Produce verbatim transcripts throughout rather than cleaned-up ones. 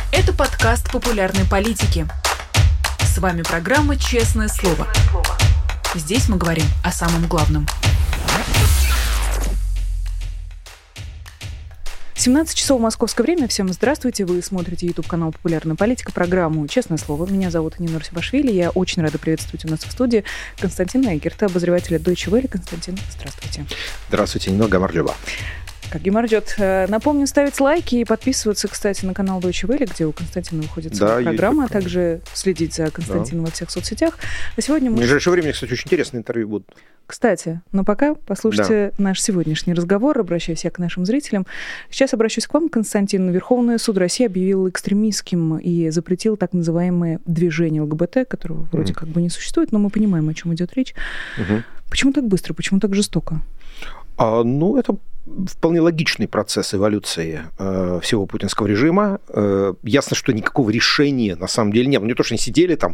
Это подкаст популярной политики. С вами программа «Честное слово». Здесь мы говорим о самом главном. семнадцать часов московское время. Всем здравствуйте. Вы смотрите YouTube-канал «Популярная политика», программу «Честное слово». Меня зовут Нина Русибашвили. Я очень рада приветствовать у нас в студии Константина Эггерта, обозревателя Deutsche Welle. Константин, здравствуйте. Здравствуйте, Нина Гамарджоба. Как Гемарджот. Напомню, ставить лайки и подписываться, кстати, на канал Deutsche Welle, где у Константина выходит своя да, программа, а также следить за Константином да. во всех соцсетях. А сегодня мы... В ближайшее время, кстати, очень интересные интервью будут. Кстати, но пока послушайте да. наш сегодняшний разговор. Обращаюсь я к нашим зрителям. Сейчас обращусь к вам, Константин. Верховный суд России объявил экстремистским и запретил так называемое движение ЛГБТ, которого mm-hmm. вроде как бы не существует, но мы понимаем, о чем идет речь. Mm-hmm. Почему так быстро? Почему так жестоко? А, ну, это вполне логичный процесс эволюции э, всего путинского режима. Э, ясно, что никакого решения на самом деле нет. Не то, что они сидели там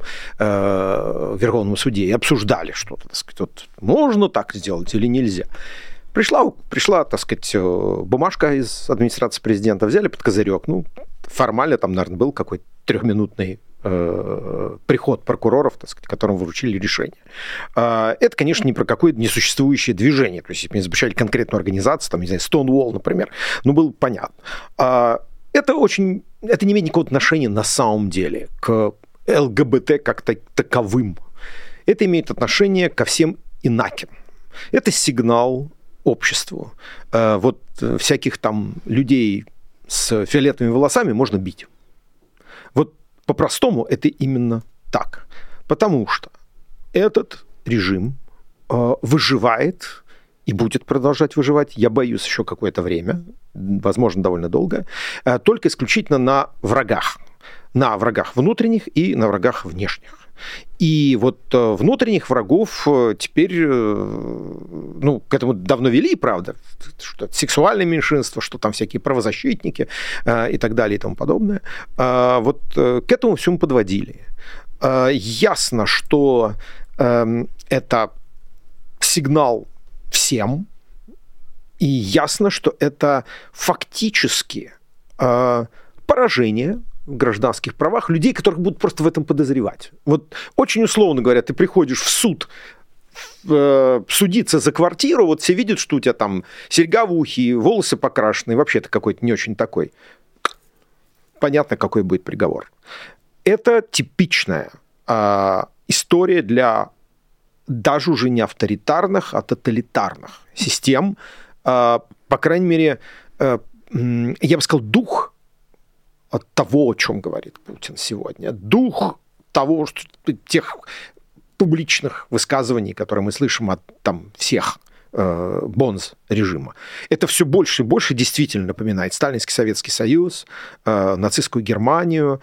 э, в Верховном суде и обсуждали что-то, так сказать, вот, можно так сделать или нельзя. Пришла, пришла, так сказать, бумажка из администрации президента, взяли под козырек. Ну, формально там, наверное, был какой-то трехминутный приход прокуроров, так сказать, которым вручили решение. Это, конечно, не про какое-то несуществующее движение. То есть, если бы запрещали конкретную организацию, там, не знаю, Stonewall, например, ну, было понятно. Это очень... Это не имеет никакого отношения на самом деле к ЛГБТ как таковым. Это имеет отношение ко всем инаким. Это сигнал обществу. Вот всяких там людей с фиолетовыми волосами можно бить. Вот по-простому это именно так. Потому что этот режим э, выживает и будет продолжать выживать, я боюсь, еще какое-то время, возможно, довольно долго, э, только исключительно на врагах. На врагах внутренних и на врагах внешних. И вот э, внутренних врагов э, теперь, э, ну, к этому давно вели, правда, что сексуальное меньшинство, что там всякие правозащитники э, и так далее и тому подобное. Э, вот э, к этому всему подводили. Э, ясно, что э, это сигнал всем, и ясно, что это фактически э, поражение в гражданских правах людей, которых будут просто в этом подозревать. Вот очень условно говоря, ты приходишь в суд э, судиться за квартиру, вот все видят, что у тебя там серьга в ухе, волосы покрашены, вообще ты какой-то не очень такой. Понятно, какой будет приговор. Это типичная э, история для даже уже не авторитарных, а тоталитарных систем. Э, по крайней мере, э, я бы сказал, дух от того, о чем говорит Путин сегодня, дух того, что, тех публичных высказываний, которые мы слышим от там, всех э, бонз режима, это все больше и больше действительно напоминает Сталинский Советский Союз, э, нацистскую Германию.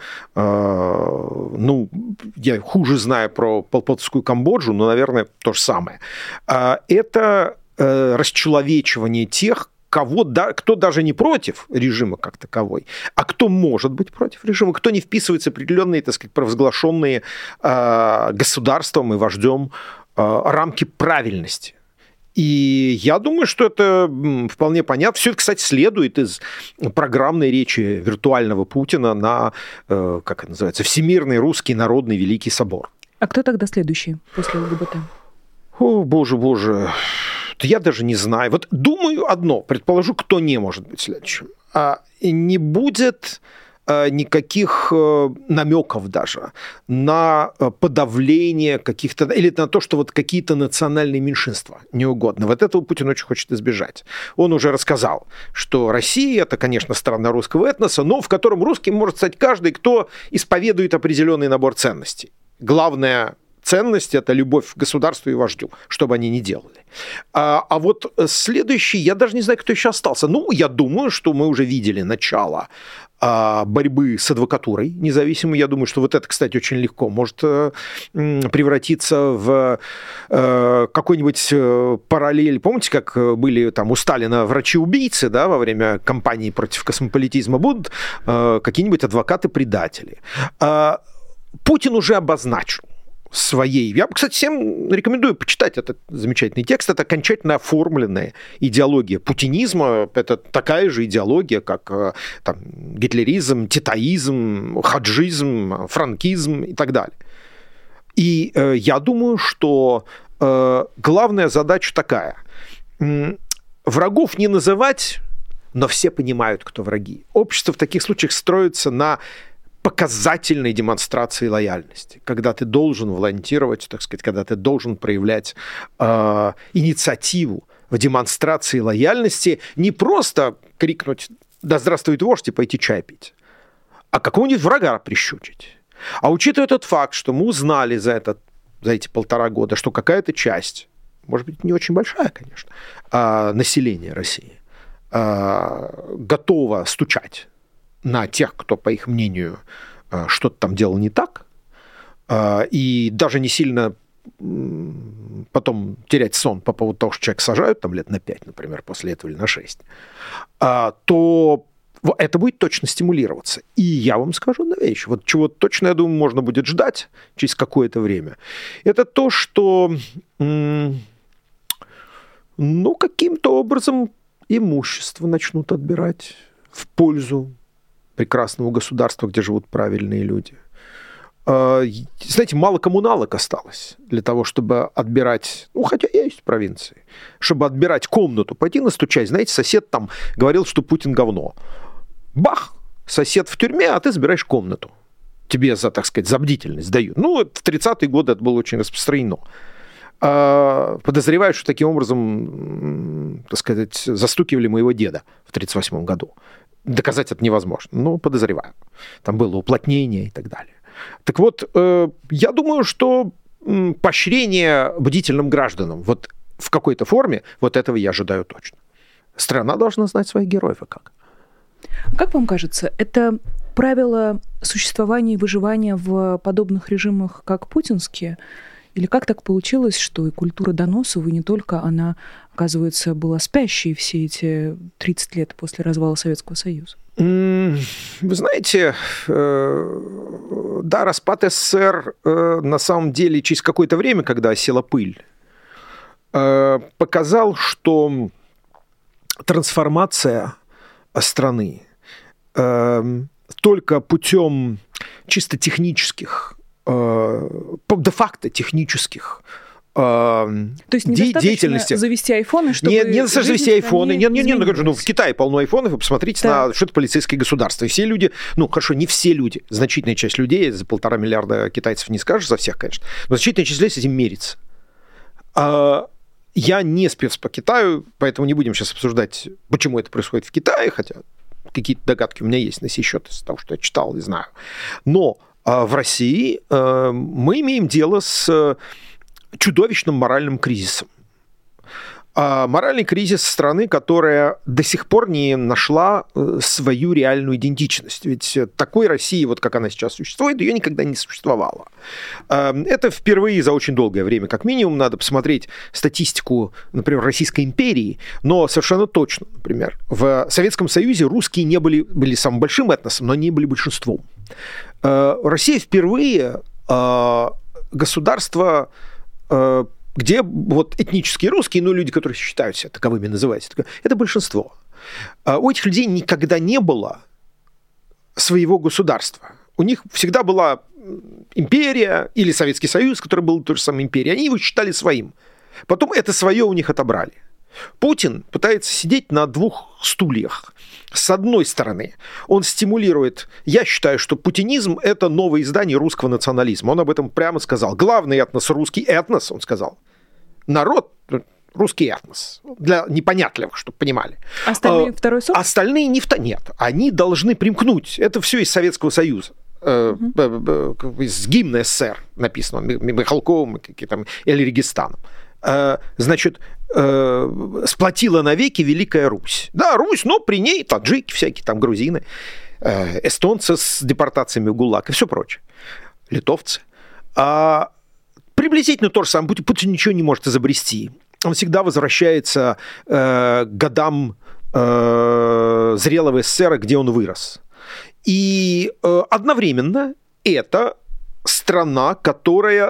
Э, ну, я хуже знаю про полпотовскую Камбоджу, но, наверное, то же самое. Э, это э, расчеловечивание тех, Кого, да, кто даже не против режима как таковой, а кто может быть против режима, кто не вписывается в определенные, так сказать, провозглашенные э, государством и вождем э, рамки правильности. И я думаю, что это вполне понятно. Все это, кстати, следует из программной речи виртуального Путина на, э, как это называется, Всемирный Русский Народный Великий Собор. А кто тогда следующий после ЛГБТ? О, боже, боже... Я даже не знаю. Вот думаю одно, предположу, кто не может быть следующим. Не будет никаких намеков даже на подавление каких-то, или на то, что вот какие-то национальные меньшинства неугодны. Вот этого Путин очень хочет избежать. Он уже рассказал, что Россия – это, конечно, страна русского этноса, но в котором русским может стать каждый, кто исповедует определенный набор ценностей. Главное ценность – это любовь к государству и вождю, что бы они ни делали. А, а вот следующий, я даже не знаю, кто еще остался. Ну, я думаю, что мы уже видели начало а, борьбы с адвокатурой независимой. Я думаю, что вот это, кстати, очень легко может а, превратиться в а, какой-нибудь параллель. Помните, как были там у Сталина врачи-убийцы, да, во время кампании против космополитизма? Будут а, какие-нибудь адвокаты-предатели. А, Путин уже обозначил, своей. Я, кстати, всем рекомендую почитать этот замечательный текст. Это окончательно оформленная идеология путинизма. Это такая же идеология, как там, гитлеризм, титаизм, хаджизм, франкизм и так далее. И э, я думаю, что э, главная задача такая. Врагов не называть, но все понимают, кто враги. Общество в таких случаях строится на показательной демонстрации лояльности, когда ты должен волонтировать, так сказать, когда ты должен проявлять э, инициативу в демонстрации лояльности, не просто крикнуть «Да здравствует вождь» и пойти чай пить, а какого-нибудь врага прищучить. А учитывая тот факт, что мы узнали за, этот, за эти полтора года, что какая-то часть, может быть, не очень большая, конечно, э, населения России э, готова стучать на тех, кто, по их мнению, что-то там делал не так, и даже не сильно потом терять сон по поводу того, что человека сажают там лет на пять, например, после этого или на шесть, то это будет точно стимулироваться. И я вам скажу одну вещь. Вот чего точно, я думаю, можно будет ждать через какое-то время. Это то, что ну, каким-то образом имущество начнут отбирать в пользу прекрасного государства, где живут правильные люди. Знаете, мало коммуналок осталось для того, чтобы отбирать, ну, хотя есть в провинции, чтобы отбирать комнату, пойти настучать. Знаете, сосед там говорил, что Путин говно. Бах! Сосед в тюрьме, а ты забираешь комнату. Тебе за, так сказать, за бдительность дают. Ну, в тридцатые годы это было очень распространено. Подозреваю, что таким образом, так сказать, застукивали моего деда в тридцать восьмом году. Доказать это невозможно, но подозреваю. Там было уплотнение и так далее. Так вот, я думаю, что поощрение бдительным гражданам вот в какой-то форме, вот этого я ожидаю точно. Страна должна знать своих героев, а как? Как вам кажется, это правило существования и выживания в подобных режимах, как путинские? Или как так получилось, что и культура доносов, и не только она, оказывается, была спящей все эти тридцать лет после развала Советского Союза? Вы знаете, да, распад СССР на самом деле через какое-то время, когда осела пыль, показал, что трансформация страны только путем чисто технических, де-факто технических То есть недостаточно деятельности. завести айфоны, чтобы... Нет, не достаточно завести айфоны. Нет, нет, нет, ну, в Китае полно айфонов, вы посмотрите да. на что это полицейское государство. И все люди, ну, хорошо, не все люди, значительная часть людей, за полтора миллиарда китайцев не скажешь за всех, конечно, но значительная часть людей с этим мирится. Я не спец по Китаю, поэтому не будем сейчас обсуждать, почему это происходит в Китае, хотя какие-то догадки у меня есть на сей счет из того, что я читал и знаю. Но в России мы имеем дело с чудовищным моральным кризисом. Моральный кризис страны, которая до сих пор не нашла свою реальную идентичность. Ведь такой России, вот как она сейчас существует, ее никогда не существовало. Это впервые за очень долгое время, как минимум, надо посмотреть статистику, например, Российской империи, но совершенно точно, например, в Советском Союзе русские не были, были самым большим этносом, но не были большинством. Россия впервые государство, где вот этнические русские, ну, люди, которые считают себя таковыми, называются, это большинство. У этих людей никогда не было своего государства. У них всегда была империя или Советский Союз, который был той же самой империей. Они его считали своим. Потом это свое у них отобрали. Путин пытается сидеть на двух стульях. С одной стороны, он стимулирует... Я считаю, что путинизм – это новое издание русского национализма. Он об этом прямо сказал. Главный этнос – русский этнос, он сказал. Народ – русский этнос. Для непонятливых, чтобы понимали. Остальные а, второй сорт? Остальные не в... Нет, они должны примкнуть. Это все из Советского Союза. Uh-huh. Из гимна СССР написано. Михалковым или Регистаном. Значит, сплотила навеки Великая Русь. Да, Русь, но при ней таджики всякие, там грузины, эстонцы с депортациями в ГУЛАГ и все прочее, литовцы. А приблизительно то же самое. Путин ничего не может изобрести. Он всегда возвращается к годам зрелого СССР, где он вырос. И одновременно это страна, которая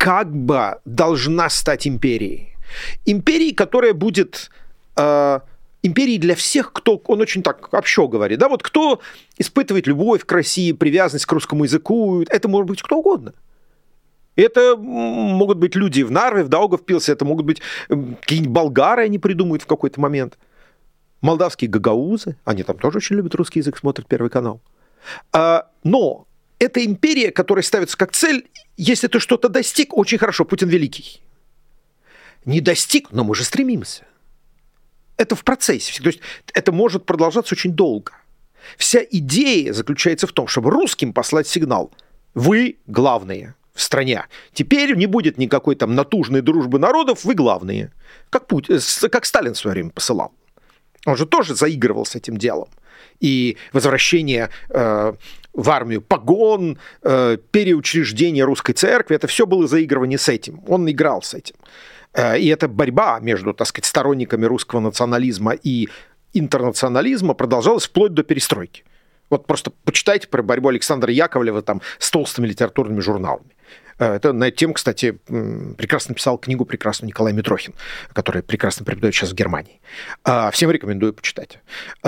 как бы должна стать империей. Империей, которая будет э, империей для всех, кто, он очень так общо говорит, да, вот кто испытывает любовь к России, привязанность к русскому языку, это может быть кто угодно. Это могут быть люди в Нарве, в Даугавпилсе, это могут быть какие-нибудь болгары, они придумают в какой-то момент. Молдавские гагаузы, они там тоже очень любят русский язык, смотрят Первый канал. А, но это империя, которая ставится как цель, если ты что-то достиг, очень хорошо, Путин великий. Не достиг, но мы же стремимся. Это в процессе. То есть это может продолжаться очень долго. Вся идея заключается в том, чтобы русским послать сигнал. Вы главные в стране. Теперь не будет никакой там натужной дружбы народов, вы главные. Как, Путин, как Сталин в свое время посылал. Он же тоже заигрывал с этим делом. И возвращение э, в армию погон, э, переучреждение русской церкви, это все было заигрывание с этим. Он играл с этим. Э, и эта борьба между, так сказать, сторонниками русского национализма и интернационализма продолжалась вплоть до перестройки. Вот просто почитайте про борьбу Александра Яковлева там, с толстыми литературными журналами. Это на эту тему, кстати, прекрасно написал книгу прекрасную Николай Митрохин, который прекрасно преподает сейчас в Германии. Всем рекомендую почитать.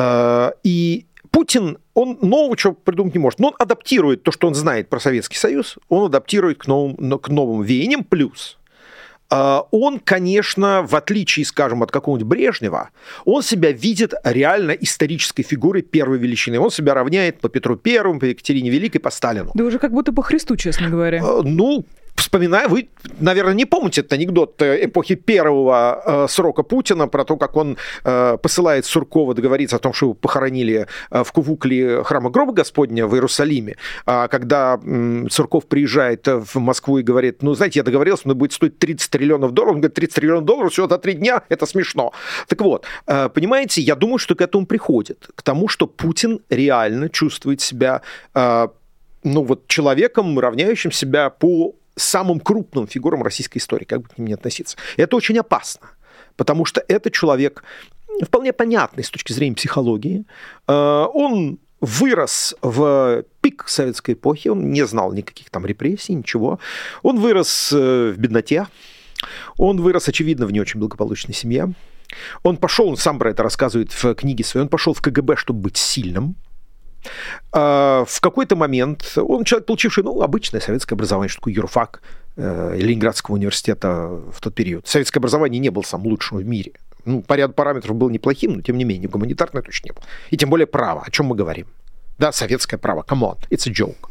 И Путин, он нового чего придумать не может, но он адаптирует то, что он знает про Советский Союз, он адаптирует к новым, к новым веяниям, плюс он, конечно, в отличие, скажем, от какого-нибудь Брежнева, он себя видит реально исторической фигурой первой величины. Он себя равняет по Петру Первому, по Екатерине Великой, по Сталину. Да уже как будто по Христу, честно говоря. Ну, вспоминая, вы, наверное, не помните этот анекдот эпохи первого э, срока Путина про то, как он э, посылает Суркова договориться о том, что его похоронили э, в Кувукле храма гроба Господня в Иерусалиме. А когда э, Сурков приезжает в Москву и говорит, ну, знаете, я договорился, но будет стоить тридцать триллионов долларов. Он говорит, тридцать триллионов долларов всего за три дня, это смешно. Так вот, э, понимаете, я думаю, что к этому приходит. К тому, что Путин реально чувствует себя, э, ну, вот человеком, равняющим себя по самым крупным фигурам российской истории, как бы к ним ни относиться. Это очень опасно, потому что это человек вполне понятный с точки зрения психологии. Он вырос в пик советской эпохи, он не знал никаких там репрессий, ничего. Он вырос в бедноте, он вырос, очевидно, в не очень благополучной семье. Он пошел, он сам про это рассказывает в книге своей, он пошел в ка гэ бэ, чтобы быть сильным. В какой-то момент он человек, получивший ну, обычное советское образование, что такое юрфак э, Ленинградского университета в тот период. Советское образование не было самым лучшим в мире. Ну, по ряду параметров было неплохим, но тем не менее гуманитарное точно не было. И тем более право. О чем мы говорим? Да, советское право. Come on, it's a joke.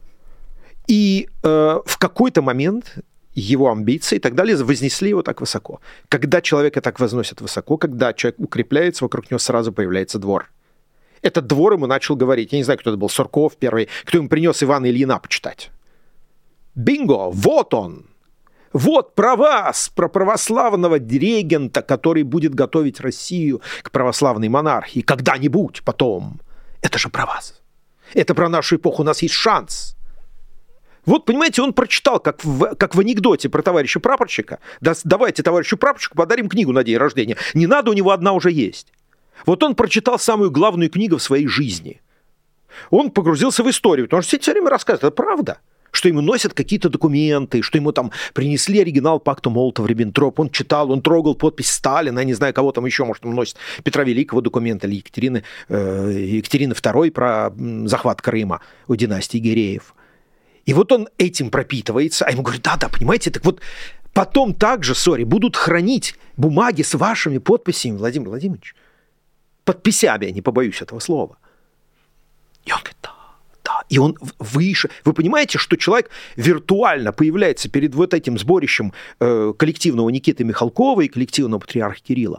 И э, в какой-то момент его амбиции и так далее вознесли его так высоко. Когда человека так возносят высоко, когда человек укрепляется, вокруг него сразу появляется двор. Этот двор ему начал говорить. Я не знаю, кто это был, Сурков первый, кто ему принес Ивана Ильина почитать. Бинго, вот он. Вот про вас, про православного регента, который будет готовить Россию к православной монархии когда-нибудь потом. Это же про вас. Это про нашу эпоху, у нас есть шанс. Вот, понимаете, он прочитал, как в, как в анекдоте про товарища прапорщика. Да, давайте товарищу прапорщику подарим книгу на день рождения. Не надо, у него одна уже есть. Вот он прочитал самую главную книгу в своей жизни. Он погрузился в историю, потому что все время рассказывают, это правда, что ему носят какие-то документы, что ему там принесли оригинал пакта Молотова-Риббентропа, он читал, он трогал подпись Сталина, я не знаю, кого там еще, может, он носит Петра Великого документа или Екатерины, э, Екатерины второй про захват Крыма у династии Гиреев. И вот он этим пропитывается, а ему говорят, да-да, понимаете, так вот потом также, сори, будут хранить бумаги с вашими подписями, Владимир Владимирович. Подписями, я не побоюсь этого слова. И он говорит, да, да. И он выше. Вы понимаете, что человек виртуально появляется перед вот этим сборищем э, коллективного Никиты Михалкова и коллективного патриарха Кирилла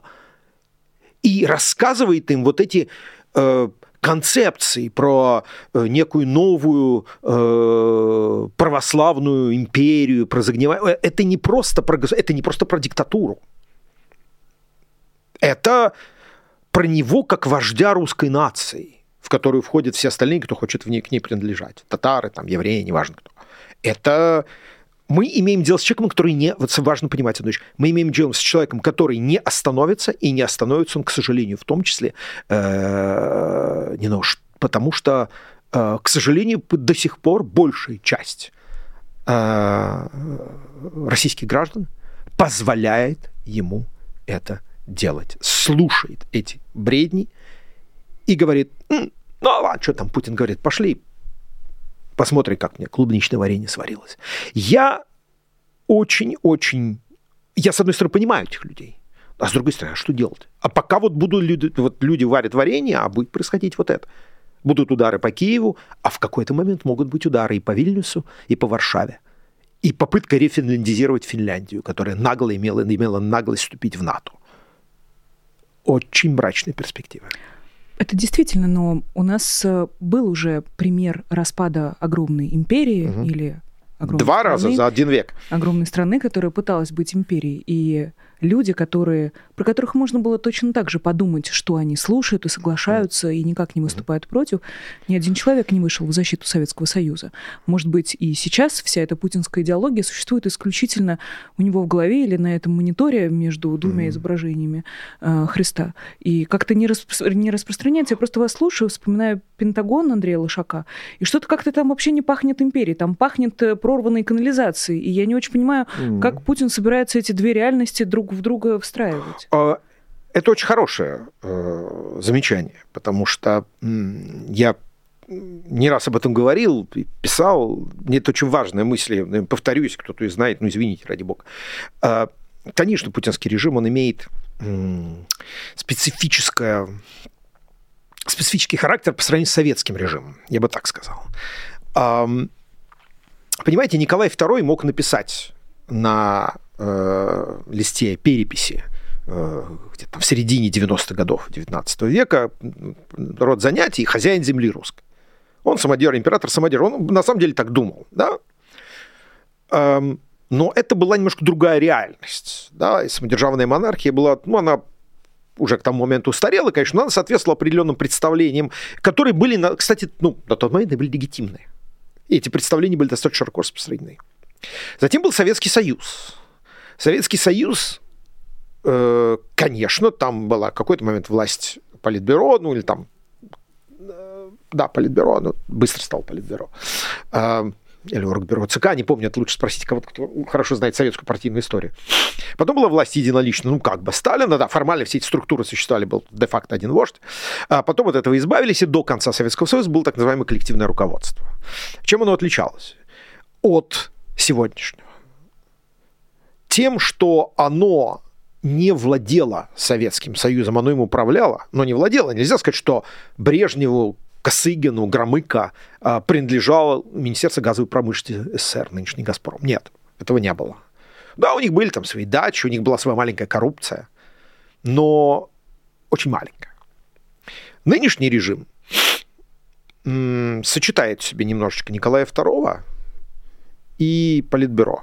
и рассказывает им вот эти э, концепции про э, некую новую э, православную империю, про загнивание. Это не просто про, это не просто про диктатуру. Это про него как вождя русской нации, в которую входят все остальные, кто хочет в ней, к ней принадлежать. Татары, там, евреи, неважно кто. Это мы имеем дело с человеком, который не... Вот важно понимать одну вещь. Мы имеем дело с человеком, который не остановится, и не остановится он, к сожалению, в том числе, э, не ну, потому что, э, к сожалению, до сих пор большая часть э, российских граждан позволяет ему это делать. Слушает эти бредни и говорит, ну ладно, что там Путин говорит, пошли, посмотрим, как мне клубничное варенье сварилось. Я очень-очень... Я, с одной стороны, понимаю этих людей, а с другой стороны, а что делать? А пока вот будут люди, вот люди варят варенье, а будет происходить вот это. Будут удары по Киеву, а в какой-то момент могут быть удары и по Вильнюсу, и по Варшаве. И попытка рефинляндизировать Финляндию, которая нагло имела, имела наглость вступить в НАТО. Очень мрачная перспектива. Это действительно, но у нас был уже пример распада огромной империи угу. или огромной Два страны, раза за один век. Огромной страны, которая пыталась быть империей. И люди, которые, про которых можно было точно так же подумать, что они слушают и соглашаются, и никак не выступают против, ни один человек не вышел в защиту Советского Союза. Может быть, и сейчас вся эта путинская идеология существует исключительно у него в голове или на этом мониторе между двумя изображениями э, Христа. И как-то не, распро- не распространяется. Я просто вас слушаю, вспоминаю Пентагон Андрея Лошака, и что-то как-то там вообще не пахнет империей, там пахнет прорванной канализацией. И я не очень понимаю, mm. как Путин собирается эти две реальности друг в друга встраивать. Это очень хорошее э, замечание, потому что м, я не раз об этом говорил, писал. Мне это очень важная мысль. Повторюсь, кто-то знает, ну извините, ради бога. Э, конечно, путинский режим, он имеет м, специфическое, специфический характер по сравнению с советским режимом, я бы так сказал. Э, понимаете, Николай второй мог написать на э, листе переписи э, где-то там в середине девяностых годов девятнадцатого века род занятий хозяин земли русской. Он самодер, император самодер. Он на самом деле так думал, да? Эм, но это была немножко другая реальность, да? И самодержавная монархия была, ну, она уже к тому моменту устарела, конечно, но она соответствовала определенным представлениям, которые были, кстати, ну, на тот момент были легитимны. И эти представления были достаточно широко распространены. Затем был Советский Союз. Советский Союз, э, конечно, там была в какой-то момент власть Политбюро, ну или там, э, да, Политбюро, ну, быстро стал Политбюро, э, или Оргбюро ЦК, не помню, это лучше спросить кого-то, кто хорошо знает советскую партийную историю. Потом была власть единолично, ну как бы Сталина, да, формально все эти структуры существовали, был де-факто один вождь. А потом от этого избавились, и до конца Советского Союза было так называемое коллективное руководство. Чем оно отличалось от сегодняшнего? Тем, что оно не владело Советским Союзом, оно им управляло, но не владело. Нельзя сказать, что Брежневу, Косыгину, Громыко а, принадлежало Министерство газовой промышленности СССР, нынешний «Газпром». Нет, этого не было. Да, у них были там свои дачи, у них была своя маленькая коррупция, но очень маленькая. Нынешний режим м- сочетает в себе немножечко Николая второго и Политбюро.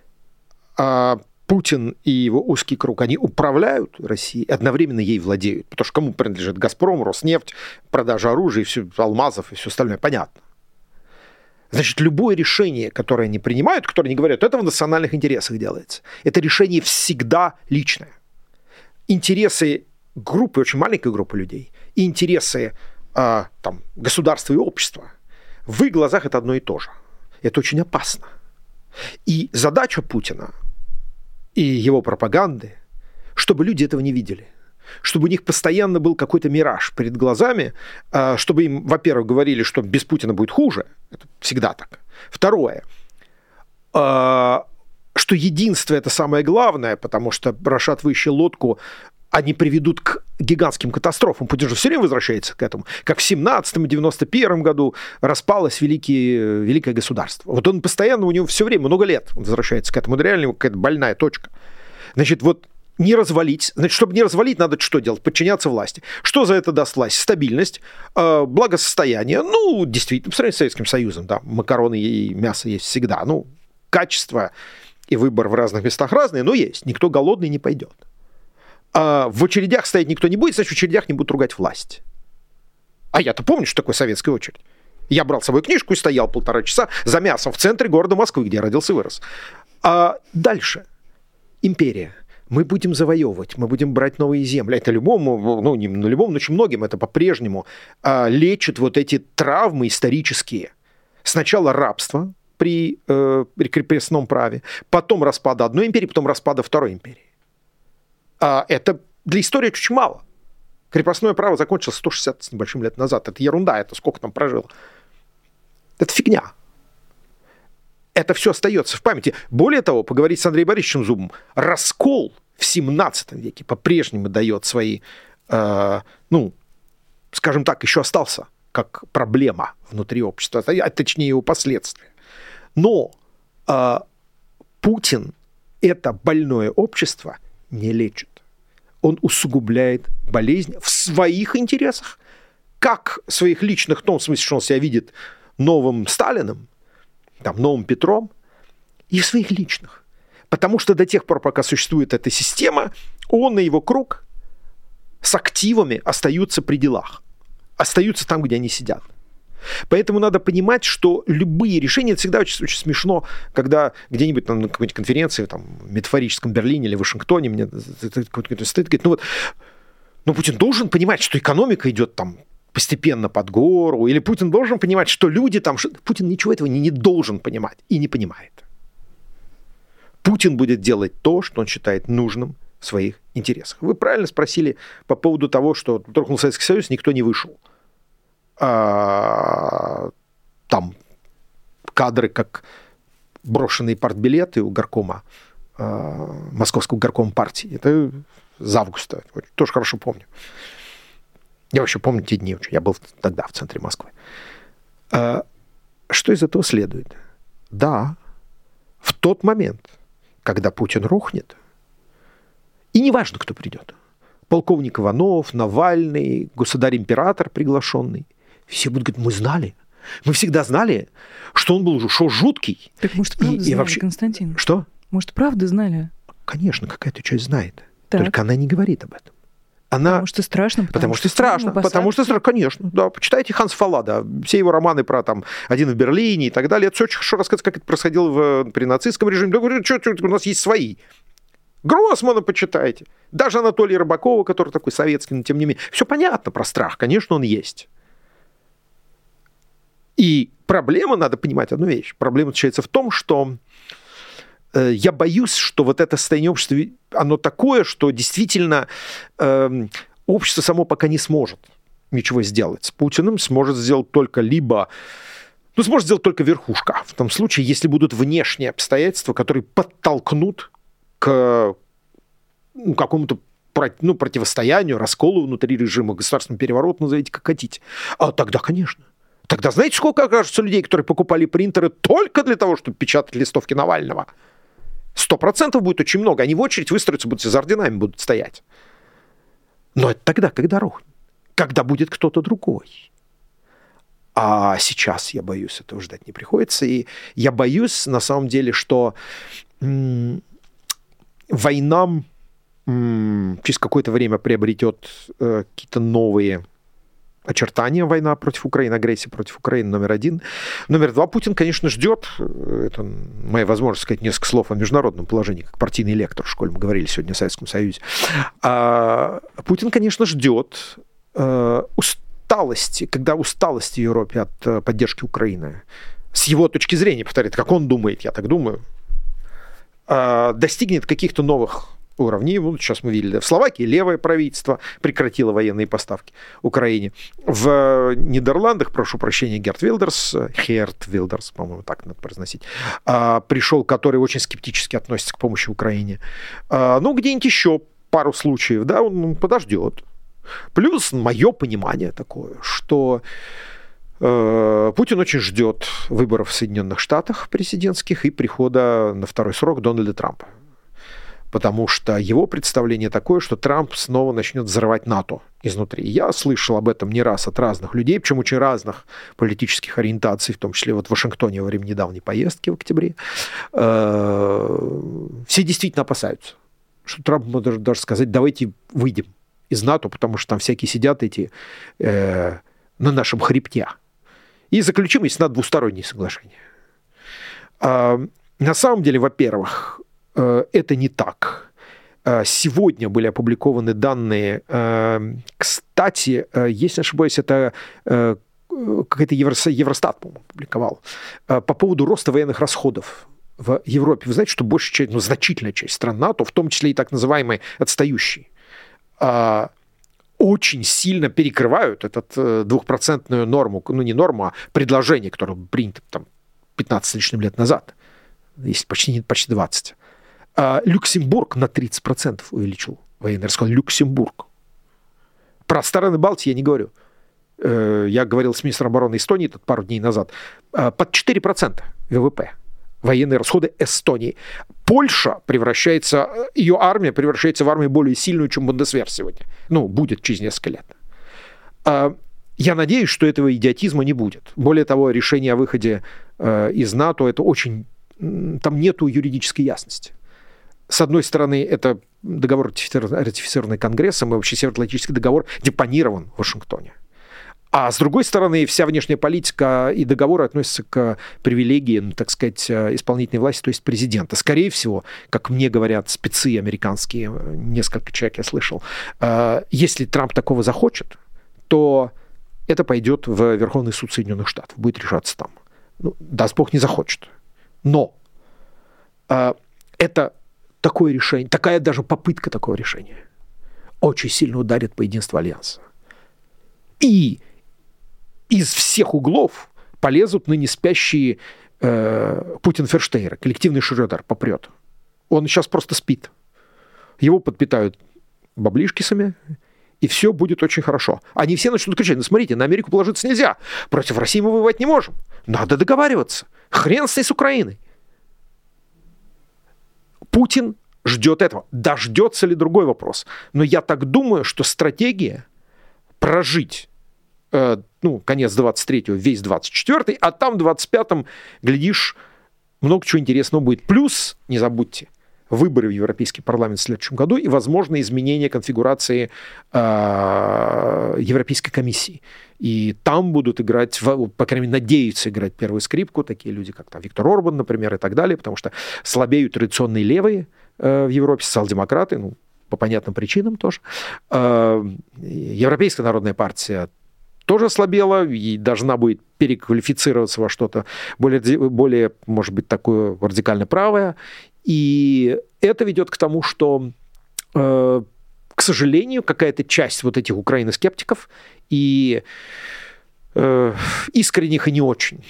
А Путин и его узкий круг, они управляют Россией, одновременно ей владеют. Потому что кому принадлежит «Газпром», «Роснефть», продажа оружия, и все, алмазов и все остальное, понятно. Значит, любое решение, которое они принимают, которое они говорят, это в национальных интересах делается. Это решение всегда личное. Интересы группы, очень маленькой группы людей, и интересы а, там, государства и общества, в их глазах это одно и то же. Это очень опасно. И задача Путина и его пропаганды, чтобы люди этого не видели. Чтобы у них постоянно был какой-то мираж перед глазами, чтобы им, во-первых, говорили, что без Путина будет хуже. Это всегда так. Второе, что единство – это самое главное, потому что Рашад выищет лодку, они приведут к гигантским катастрофам. Путин же все время возвращается к этому. Как в семнадцатом и девяносто первом году распалось великие, великое государство. Вот он постоянно, у него все время, много лет он возвращается к этому. Это реально какая-то больная точка. Значит, вот не развалить. Значит, чтобы не развалить, надо что делать? Подчиняться власти. Что за это даст власть? Стабильность, благосостояние. Ну, действительно, по сравнению с Советским Союзом, да, макароны и мясо есть всегда. Ну, качество и выбор в разных местах разные, но есть. Никто голодный не пойдет. А в очередях стоять никто не будет, значит, в очередях не будут ругать власть. А я-то помню, что такое советская очередь. Я брал с собой книжку и стоял полтора часа за мясом в центре города Москвы, где я родился и вырос. А дальше. Империя. Мы будем завоевывать, мы будем брать новые земли. Это любому, ну не на любому, но очень многим это по-прежнему а, лечит вот эти травмы исторические. Сначала рабство, при э, крепостном праве, потом распада одной империи, потом распада второй империи. А это для истории очень мало. Крепостное право закончилось сто шестьдесят с небольшим лет назад. Это ерунда, это сколько там прожило. Это фигня. Это все остается в памяти. Более того, поговорить с Андреем Борисовичем Зубом, раскол в семнадцатом веке по-прежнему дает свои, э, ну, скажем так, еще остался как проблема внутри общества, а точнее его последствия. Но э, Путин это больное общество не лечит. Он усугубляет болезнь в своих интересах, как своих личных, в том смысле, что он себя видит новым Сталиным, там, новым Петром, и в своих личных. Потому что до тех пор, пока существует эта система, он и его круг с активами остаются при делах, остаются там, где они сидят. Поэтому надо понимать, что любые решения, это всегда очень, очень смешно, когда где-нибудь там, на какой-нибудь конференции, там, в метафорическом Берлине или Вашингтоне, мне кто-то стоит и говорит, ну вот, ну Путин должен понимать, что экономика идет там постепенно под гору, или Путин должен понимать, что люди там... Путин ничего этого не, не должен понимать и не понимает. Путин будет делать то, что он считает нужным в своих интересах. Вы правильно спросили по поводу того, что рухнул Советский Союз, никто не вышел. А, там кадры, как брошенные партбилеты у горкома, а, московского горкома партии. Это с августа. Тоже хорошо помню. Я вообще помню те дни. Я был тогда в центре Москвы. А, что из этого следует? Да, в тот момент, когда Путин рухнет, и неважно, кто придет, полковник Иванов, Навальный, государь-император приглашенный, все будут говорить, мы знали, мы всегда знали, что он был что жуткий. Так может, правда и, знали, и вообще... Константин? Что? Может, правда знали? Конечно, какая-то часть знает. Так. Только она не говорит об этом. Она... Потому что страшно. Потому, потому что, что страшно. Потому что страшно, конечно. Да, почитайте Ханс Фаллада, все его романы про там «Один в Берлине» и так далее. Это все очень хорошо рассказывает, как это происходило в, при нацистском режиме. Да, говорю, что, что, у нас есть свои. Гроссмана почитайте. Даже Анатолия Рыбакова, который такой советский, но тем не менее. Все понятно про страх. Конечно, он есть. И проблема, надо понимать одну вещь. Проблема заключается в том, что э, я боюсь, что вот это состояние общества, оно такое, что действительно э, общество само пока не сможет ничего сделать. С Путиным сможет сделать только либо... Ну, сможет сделать только верхушка. В том случае, если будут внешние обстоятельства, которые подтолкнут к ну, какому-то ну, противостоянию, расколу внутри режима, государственному перевороту, назовите как хотите. А тогда, конечно. Тогда знаете, сколько окажется людей, которые покупали принтеры только для того, чтобы печатать листовки Навального? Сто процентов будет очень много. Они в очередь выстроятся, будут за орденами будут стоять. Но это тогда, когда рухнет. Когда будет кто-то другой. А сейчас, я боюсь, этого ждать не приходится. И я боюсь, на самом деле, что м- война м- через какое-то время приобретет э, какие-то новые очертания. Война против Украины, агрессия против Украины номер один. Номер два. Путин, конечно, ждет, это моя возможность сказать несколько слов о международном положении, как партийный лектор в школе, мы говорили сегодня о Советском Союзе. А Путин, конечно, ждет э, усталости, когда усталость в Европе от поддержки Украины, с его точки зрения, повторяю, как он думает, я так думаю, э, достигнет каких-то новых уровней. Вот сейчас мы видели, в Словакии левое правительство прекратило военные поставки Украине. В Нидерландах, прошу прощения, Герт Вилдерс, Герт Вилдерс, по-моему, так надо произносить, пришел, который очень скептически относится к помощи Украине. Ну, где-нибудь еще пару случаев, да, он подождет. Плюс мое понимание такое, что Путин очень ждет выборов в Соединенных Штатах президентских и прихода на второй срок Дональда Трампа. Потому что его представление такое, что Трамп снова начнет взрывать НАТО изнутри. Я слышал об этом не раз от разных людей, причем очень разных политических ориентаций, в том числе вот в Вашингтоне во время недавней поездки в октябре. Все действительно опасаются, что Трамп может даже сказать, давайте выйдем из НАТО, потому что там всякие сидят эти э, на нашем хребте. И заключим, если надо, двусторонние соглашения. А, на самом деле, во-первых, это не так. Сегодня были опубликованы данные, кстати, если не ошибаюсь, это какой-то Евростат, по-моему, публиковал, по поводу роста военных расходов в Европе. Вы знаете, что большая часть, ну, значительная часть стран НАТО, в том числе и так называемые отстающие, очень сильно перекрывают эту двухпроцентную норму, ну, не норму, а предложение, которое принято там пятнадцать с лишним лет назад, если почти, почти двадцать. Люксембург на тридцать процентов увеличил военные расходы. Люксембург. Про страны Балтии я не говорю. Я говорил с министром обороны Эстонии тут пару дней назад. Под четыре процента ВВП военные расходы Эстонии. Польша превращается, ее армия превращается в армию более сильную, чем Бундесвер сегодня. Ну, будет через несколько лет. Я надеюсь, что этого идиотизма не будет. Более того, решение о выходе из НАТО, это очень... Там нету юридической ясности. С одной стороны, это договор, ратифицированный Конгрессом, и вообще Североатлантический договор депонирован в Вашингтоне. А с другой стороны, вся внешняя политика и договоры относятся к привилегии, ну, так сказать, исполнительной власти, то есть президента. Скорее всего, как мне говорят спецы американские, несколько человек я слышал, если Трамп такого захочет, то это пойдет в Верховный суд Соединенных Штатов, будет решаться там. Ну, даст Бог, не захочет. Но это такое решение, такая даже попытка такого решения очень сильно ударит по единству Альянса. И из всех углов полезут ныне спящие э, Путин-Ферштейры, коллективный Шрёдер попрет. Он сейчас просто спит. Его подпитают баблишкисами, и все будет очень хорошо. Они все начнут кричать: ну, смотрите, на Америку положиться нельзя, против России мы воевать не можем, надо договариваться, хрен с ней с Украиной. Путин ждет этого. Дождется ли — другой вопрос. Но я так думаю, что стратегия прожить, э, ну, конец двадцать третьего, весь двадцать четвёртый, а там в двадцать пятом, глядишь, много чего интересного будет. Плюс, не забудьте, выборы в Европейский парламент в следующем году и, возможно, изменение конфигурации э, Европейской комиссии. И там будут играть, по крайней мере, надеются играть первую скрипку такие люди, как там Виктор Орбан, например, и так далее, потому что слабеют традиционные левые э, в Европе, социал-демократы, ну, по понятным причинам тоже. Э, Европейская народная партия тоже ослабела и должна будет переквалифицироваться во что-то более, более, может быть, такое радикально правое. И это ведет к тому, что, э, к сожалению, какая-то часть вот этих украиноскептиков и э, искренних и не очень,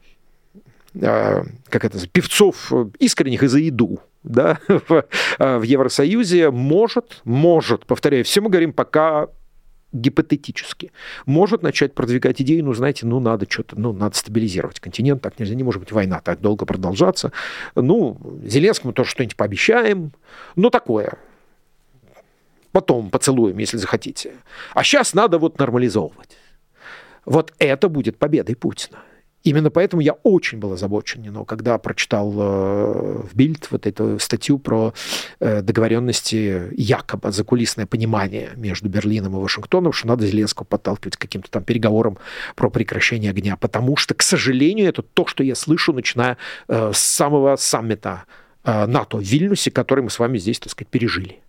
э, как это, певцов искренних и за еду, да, в, в Евросоюзе может, может, повторяю, все мы говорим пока гипотетически, может начать продвигать идею, ну, знаете, ну, надо что-то, ну, надо стабилизировать континент, так нельзя, не может быть война так долго продолжаться. Ну, Зеленскому тоже что-нибудь пообещаем, ну, такое. Потом поцелуем, если захотите. А сейчас надо вот нормализовывать. Вот это будет победой Путина. Именно поэтому я очень был озабочен, но когда прочитал э, в Бильд вот эту статью про э, договоренности, якобы закулисное понимание между Берлином и Вашингтоном, что надо Зеленского подталкивать к каким-то там переговорам про прекращение огня. Потому что, к сожалению, это то, что я слышу, начиная э, с самого саммита э, НАТО в Вильнюсе, который мы с вами здесь, так сказать, пережили.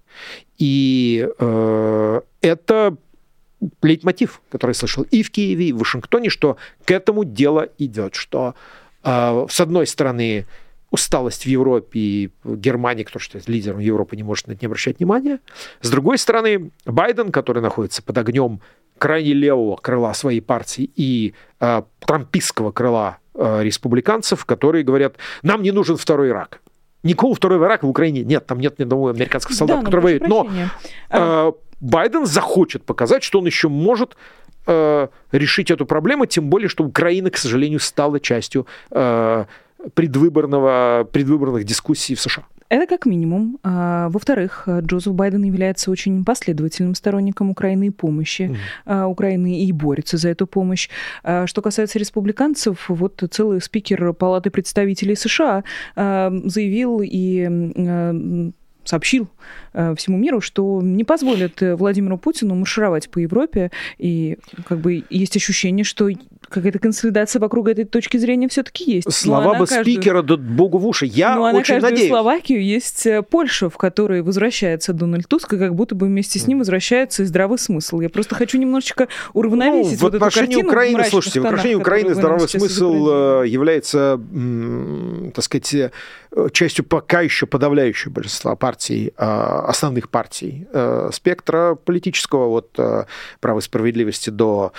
И э, это лейтмотив, который я слышал и в Киеве, и в Вашингтоне, что к этому дело идет, что э, с одной стороны усталость в Европе и Германия, кто считает лидером Европы, не может на это не обращать внимания, с другой стороны Байден, который находится под огнем крайне левого крыла своей партии и э, трампистского крыла э, республиканцев, которые говорят: нам не нужен второй Ирак. Никакого второго Ирака в Украине нет, там нет ни одного американского солдата, да, который воюет. Но э, Байден захочет показать, что он еще может э, решить эту проблему, тем более, что Украина, к сожалению, стала частью э, предвыборного, предвыборных дискуссий в США. Это как минимум. А, во-вторых, Джозеф Байден является очень последовательным сторонником Украины и помощи mm. Украины и борется за эту помощь. А, что касается республиканцев, вот целый спикер Палаты представителей США а, заявил и а, сообщил э, всему миру, что не позволят Владимиру Путину маршировать по Европе, и как бы есть ощущение, что Какая-то консолидация вокруг этой точки зрения все-таки есть. Слова бы каждую... спикера, да богу в уши. Я ну, очень на надеюсь. Словакию есть Польша, в которой возвращается Дональд Туск, и как будто бы вместе с ним возвращается и здравый смысл. Я просто хочу немножечко уравновесить ну, вот эту картину. В Украины, слушайте, тонах, в отношении Украины здравый смысл является, так сказать, частью пока еще подавляющего большинства партий, основных партий спектра политического, от права и справедливости до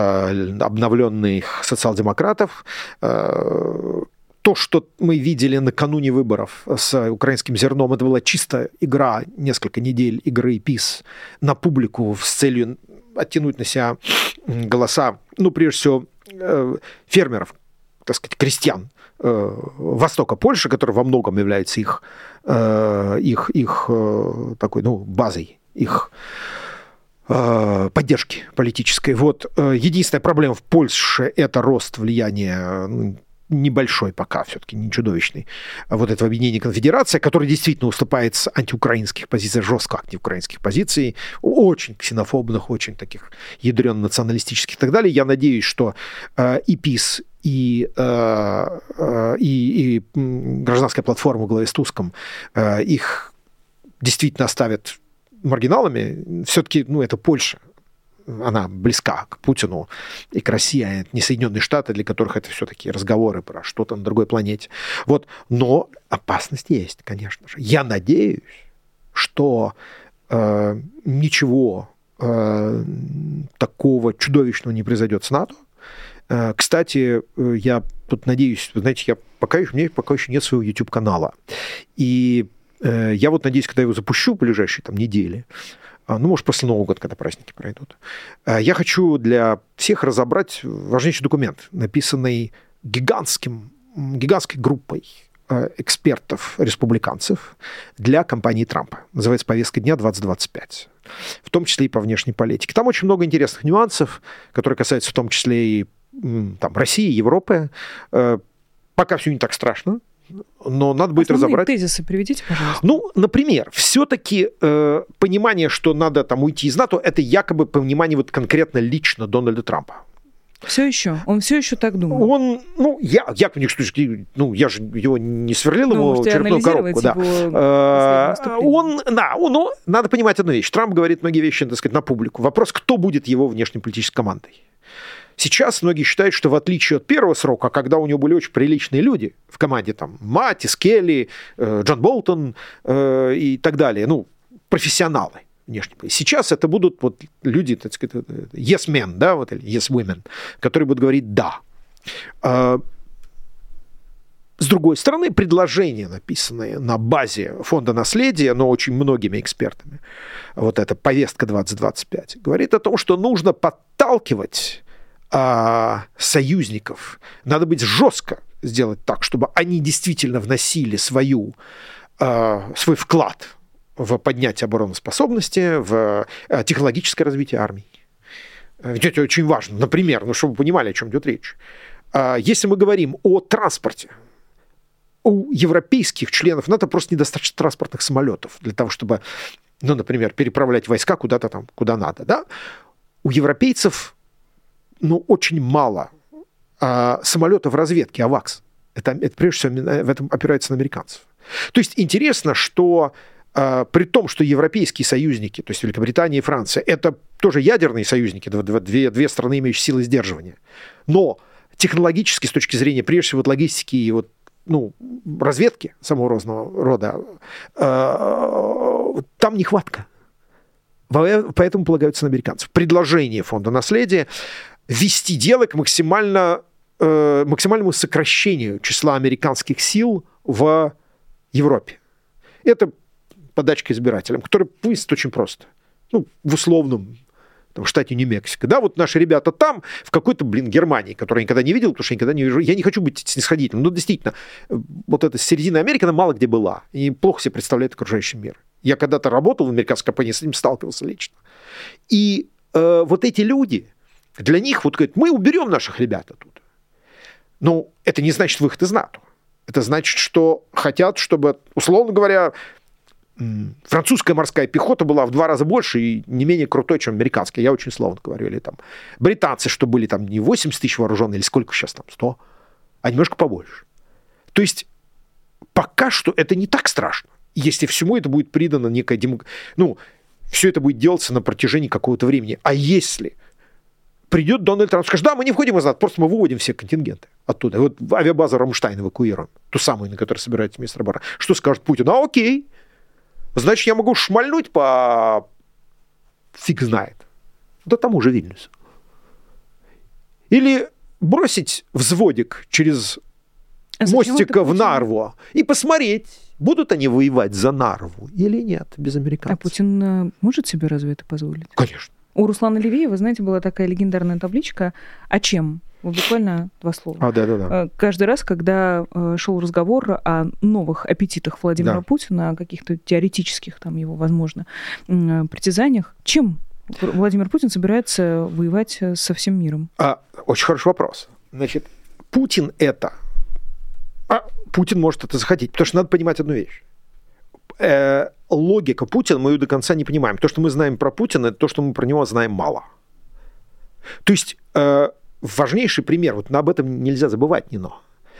обновленных социал-демократов. То, что мы видели накануне выборов с украинским зерном, это была чисто игра, несколько недель игры ПиС на публику с целью оттянуть на себя голоса, ну, прежде всего, фермеров, так сказать, крестьян востока Польши, который во многом является их, их, их такой, ну, базой, их поддержки политической. Вот. Единственная проблема в Польше – это рост влияния, небольшой пока, все-таки не чудовищный, вот этого объединения конфедерация, которое действительно уступает с антиукраинских позиций, жестко антиукраинских позиций, очень ксенофобных, очень таких ядренно-националистических и так далее. Я надеюсь, что э, и ПиС, и, э, и, и гражданская платформа во главе с Туском э, их действительно оставят маргиналами. Все-таки, ну, это Польша. Она близка к Путину и к России, а не Соединенные Штаты, для которых это все-таки разговоры про что-то на другой планете. Вот. Но опасность есть, конечно же. Я надеюсь, что э, ничего э, такого чудовищного не произойдет с НАТО. Э, кстати, я тут надеюсь, вы знаете, я пока еще, у меня пока еще нет своего YouTube-канала. И э, я вот надеюсь, когда я его запущу в ближайшие там, недели, ну, может, после Нового года, когда праздники пройдут. Я хочу для всех разобрать важнейший документ, написанный гигантским, гигантской группой экспертов-республиканцев для кампании Трампа. Называется «Повестка дня двадцать двадцать пять». В том числе и по внешней политике. Там очень много интересных нюансов, которые касаются в том числе и там, России, Европы. Пока все не так страшно. Но надо будет Основные разобрать. Тезисы приведите, пожалуйста. Ну, например, все-таки э, понимание, что надо там уйти из НАТО, это якобы понимание вот конкретно лично Дональда Трампа. Все еще? Он все еще так думает? Он, ну, я, я, ну, я же его не сверлил, ну, ему черепную коробку. Да. Он, да, он, ну, надо понимать одну вещь. Трамп говорит многие вещи, так сказать, на публику. Вопрос, кто будет его внешнеполитической командой. Сейчас многие считают, что в отличие от первого срока, когда у него были очень приличные люди в команде, там, Маттис, Келли, Джон Болтон э, и так далее, ну, профессионалы внешне. Сейчас это будут вот люди, так сказать, yes men, да, вот, или yes women, которые будут говорить «да». С другой стороны, предложение, написанное на базе фонда наследия, но очень многими экспертами, вот эта повестка двадцать двадцать пять, говорит о том, что нужно подталкивать а, союзников. Надо быть жестко сделать так, чтобы они действительно вносили свою, а, свой вклад в поднятие обороноспособности, в а, технологическое развитие армии. Ведь это очень важно. Например, ну, чтобы вы понимали, о чем идет речь. А, если мы говорим о транспорте, у европейских членов НАТО просто недостаточно транспортных самолетов для того, чтобы, ну, например, переправлять войска куда-то там, куда надо. Да? У европейцев, ну, очень мало а, самолетов разведки, АВАКС. Это, это прежде всего в этом опирается на американцев. То есть интересно, что а, при том, что европейские союзники, то есть Великобритания и Франция, это тоже ядерные союзники, две, две страны, имеющие силы сдерживания. Но технологически, с точки зрения, прежде всего, вот, логистики и вот, ну, разведки самого разного рода, э, там нехватка. Поэтому полагаются на американцев. Предложение фонда наследия вести дело к максимально, э, максимальному сокращению числа американских сил в Европе. Это подачка избирателям, которая выяснит очень просто. Ну, в условном там, в штате Нью-Мексико. Да, вот наши ребята там, в какой-то, блин, Германии, которую я никогда не видел, потому что я никогда не вижу. Я не хочу быть снисходительным, но действительно, вот эта середина Америки, она мало где была. И плохо себе представляет окружающий мир. Я когда-то работал в американской компании, с ним сталкивался лично. И э, вот эти люди, для них, вот говорят, мы уберем наших ребят оттуда. Но это не значит выход из НАТО. Это значит, что хотят, чтобы, условно говоря, французская морская пехота была в два раза больше и не менее крутой, чем американская. Я очень словно говорю. Или там британцы, что были там не восемьдесят тысяч вооруженные, или сколько сейчас там, сто, а немножко побольше. То есть пока что это не так страшно, если всему это будет придано некая демок... Ну, все это будет делаться на протяжении какого-то времени. А если придет Дональд Трамп и скажет, да, мы не входим в НАТО, просто мы выводим все контингенты оттуда. Вот авиабазу Рамштайн эвакуируем, ту самую, на которой собирается министр обороны. Что скажет Путин? А окей. Значит, я могу шмальнуть по... фиг знает. Да тому же Вильнюсу. Или бросить взводик через а мостик в Нарву и посмотреть, будут они воевать за Нарву или нет, без американцев. А Путин может себе разве это позволить? Конечно. У Руслана Левиева, знаете, была такая легендарная табличка «А чем?». Вот буквально два слова. А, да, да, да. Каждый раз, когда шел разговор о новых аппетитах Владимира да. Путина, о каких-то теоретических, там, его, возможно, притязаниях, чем Владимир Путин собирается воевать со всем миром? А, очень хороший вопрос. Значит, Путин это... А Путин может это захотеть, потому что надо понимать одну вещь. Э, логика Путина мы ее до конца не понимаем. То, что мы знаем про Путина, это то, что мы про него знаем мало. То есть... Э, важнейший пример, вот об этом нельзя забывать, Нино.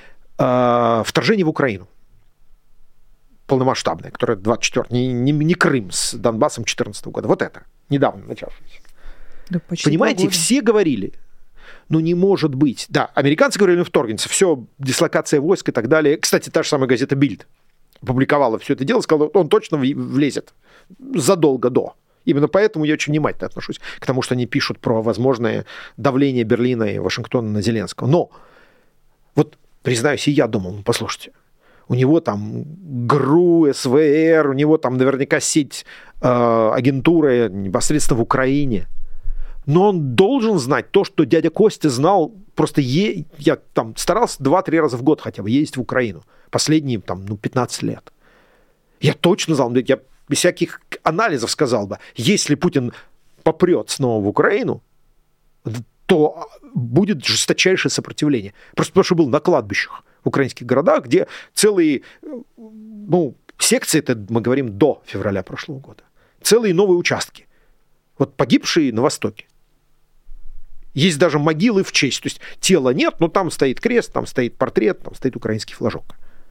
Э, вторжение в Украину. Полномасштабное, которое двадцать четвёртого, не, не, не Крым с Донбассом четырнадцатого года. Вот это, недавно начавшееся. Да, понимаете, все говорили, ну не может быть. Да, американцы говорили, ну вторгнется, все, дислокация войск и так далее. Кстати, та же самая газета «Бильд» опубликовала все это дело, сказала, он точно влезет задолго до. Именно поэтому я очень внимательно отношусь к тому, что они пишут про возможное давление Берлина и Вашингтона на Зеленского. Но вот, признаюсь, и я думал, ну, послушайте, у него там ГРУ, СВР, у него там наверняка сеть э, агентуры непосредственно в Украине. Но он должен знать то, что дядя Костя знал. Просто е... я там старался два-три раза в год хотя бы ездить в Украину. Последние там, ну, пятнадцать лет. Я точно знал, я без всяких анализов сказал бы, если Путин попрет снова в Украину, то будет жесточайшее сопротивление. Просто потому что был на кладбищах в украинских городах, где целые, ну, секции, это мы говорим до февраля прошлого года, целые новые участки, вот погибшие на Востоке. Есть даже могилы в честь, то есть тела нет, но там стоит крест, там стоит портрет, там стоит украинский флажок.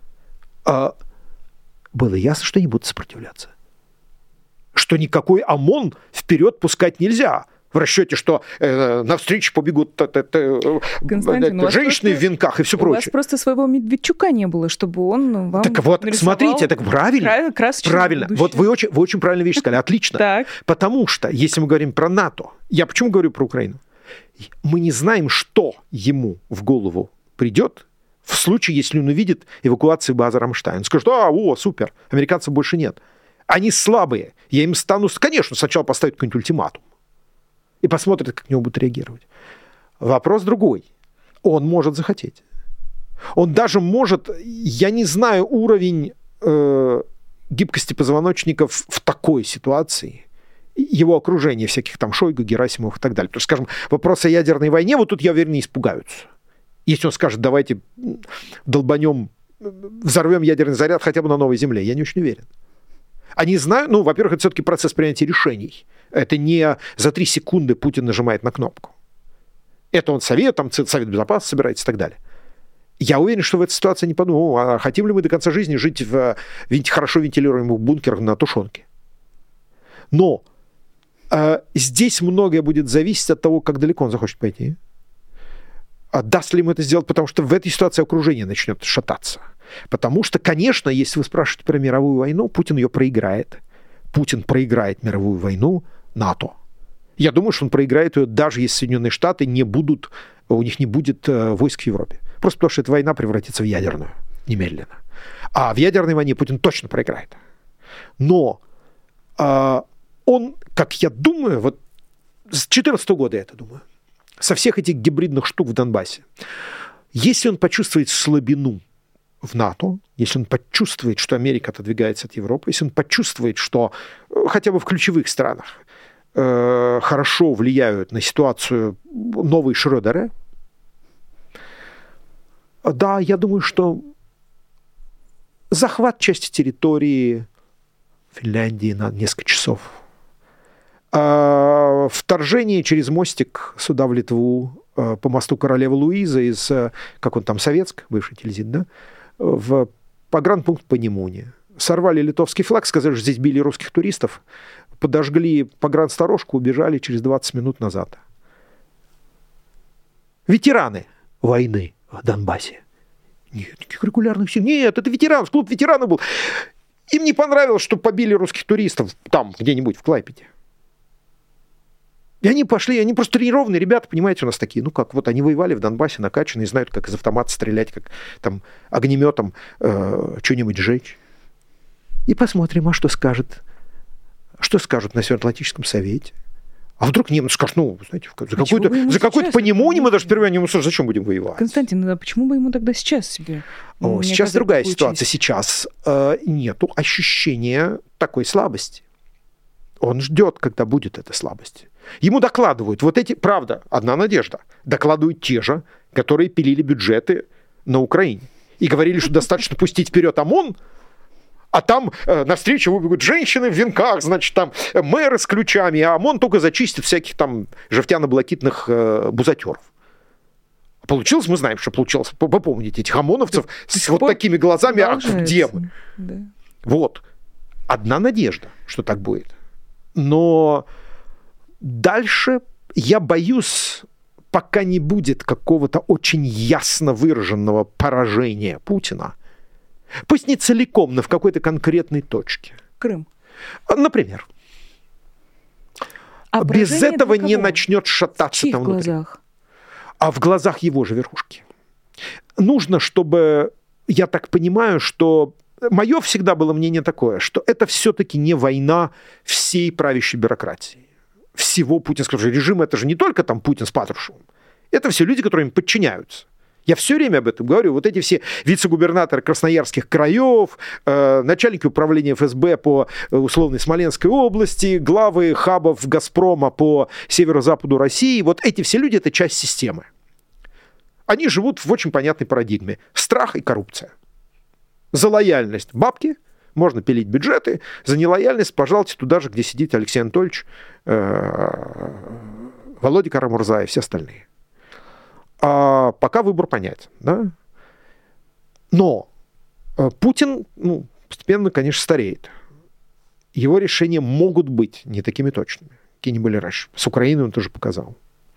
А было ясно, что они будут сопротивляться. Что никакой ОМОН вперед пускать нельзя. В расчете, что э, навстречу побегут э, э, э, женщины в венках и все прочее. У вас просто своего Медведчука не было, чтобы он вам так вот, смотрите, так правильно. Правильно. Будущее. Вот вы очень, вы очень правильную вещь сказали. Отлично. Так. Потому что, если мы говорим про НАТО, я почему говорю про Украину? Мы не знаем, что ему в голову придет в случае, если он увидит эвакуацию базы Рамштайн. Он скажет, а, о, супер, американцев больше нет. Они слабые. Я им стану... Конечно, сначала поставить какой-нибудь ультиматум. И посмотрят, как на него будут реагировать. Вопрос другой. Он может захотеть. Он даже может... Я не знаю уровень э, гибкости позвоночников в такой ситуации. Его окружение всяких там Шойгу, Герасимов и так далее. Потому что, скажем, вопрос о ядерной войне, вот тут, я уверен, не испугаются. Если он скажет, давайте долбанем, взорвем ядерный заряд хотя бы на новой земле. Я не очень уверен. Они знают, ну, во-первых, это все-таки процесс принятия решений. Это не за три секунды Путин нажимает на кнопку. Это он совет, там Совет Безопасности собирается и так далее. Я уверен, что в этой ситуации не подумал, а хотим ли мы до конца жизни жить в хорошо вентилируемых бункерах на тушенке. Но э, здесь многое будет зависеть от того, как далеко он захочет пойти. А даст ли ему это сделать, потому что в этой ситуации окружение начнет шататься. Потому что, конечно, если вы спрашиваете про мировую войну, Путин ее проиграет. Путин проиграет мировую войну НАТО. Я думаю, что он проиграет ее, даже если Соединенные Штаты не будут, у них не будет войск в Европе. Просто потому что эта война превратится в ядерную немедленно. А в ядерной войне Путин точно проиграет. Но э, он, как я думаю, вот с две тысячи четырнадцатого года я это думаю, со всех этих гибридных штук в Донбассе, если он почувствует слабину в НАТО, если он почувствует, что Америка отодвигается от Европы, если он почувствует, что хотя бы в ключевых странах э, хорошо влияют на ситуацию новые Шрёдеры, да, я думаю, что захват части территории, Финляндии на несколько часов. А вторжение через мостик сюда в Литву по мосту Королевы Луизы из, как он там, Советск, бывший Тильзит, да, в погранпункт Панемуни. Сорвали литовский флаг, сказали, что здесь били русских туристов, подожгли погрансторожку, убежали через двадцать минут назад. Ветераны войны в Донбассе. Нет, никаких регулярных сил. Нет, это ветеранов, клуб ветеранов был. Им не понравилось, что побили русских туристов там, где-нибудь в Клайпеде. И они пошли, они просто тренированные ребята, понимаете, у нас такие, ну как, вот они воевали в Донбассе, накачанные, знают, как из автомата стрелять, как там огнеметом э, что-нибудь сжечь. И посмотрим, а что скажет, что скажут на Североатлантическом совете. А вдруг немцы скажут, ну, знаете, за какой-то, за какой-то Панемуни мы даже впервые не можем, зачем будем воевать? Константин, ну, а почему бы ему тогда сейчас себе? О, сейчас другая ситуация. Сейчас э, нету ощущения такой слабости. Он ждет, когда будет эта слабость. Ему докладывают, вот эти, правда, одна надежда, докладывают те же, которые пилили бюджеты на Украине. И говорили, что достаточно пустить вперед ОМОН, а там э, навстречу выбегут женщины в венках, значит, там э, мэры с ключами, а ОМОН только зачистит всяких там жовтяно-блакитных э, бузатеров. Получилось, мы знаем, что получилось. Вы помните этих ОМОНовцев да, с вот такими глазами, а где мы? Да. Вот. Одна надежда, что так будет. Но дальше я боюсь, пока не будет какого-то очень ясно выраженного поражения Путина, пусть не целиком, но в какой-то конкретной точке. Крым. Например. А без этого не начнет шататься в там внутри. Глазах? А в глазах его же верхушки. Нужно, чтобы, я так понимаю, что мое всегда было мнение такое, что это все-таки не война всей правящей бюрократии, всего путинского режима. Это же не только там Путин с Патрушевым. Это все люди, которые им подчиняются. Я все время об этом говорю. Вот эти все вице-губернаторы красноярских краев, э, начальники управления эф эс бэ по условной Смоленской области, главы хабов «Газпрома» по северо-западу России. Вот эти все люди – это часть системы. Они живут в очень понятной парадигме. Страх и коррупция. За лояльность бабки можно пилить бюджеты, за нелояльность, пожалуйте, туда же, где сидит Алексей Анатольевич, э, Володя Карамурза и все остальные. А пока выбор понятен. Да? Но Путин ну, постепенно, конечно, стареет. Его решения могут быть не такими точными, какие они были раньше. С Украиной он тоже показал.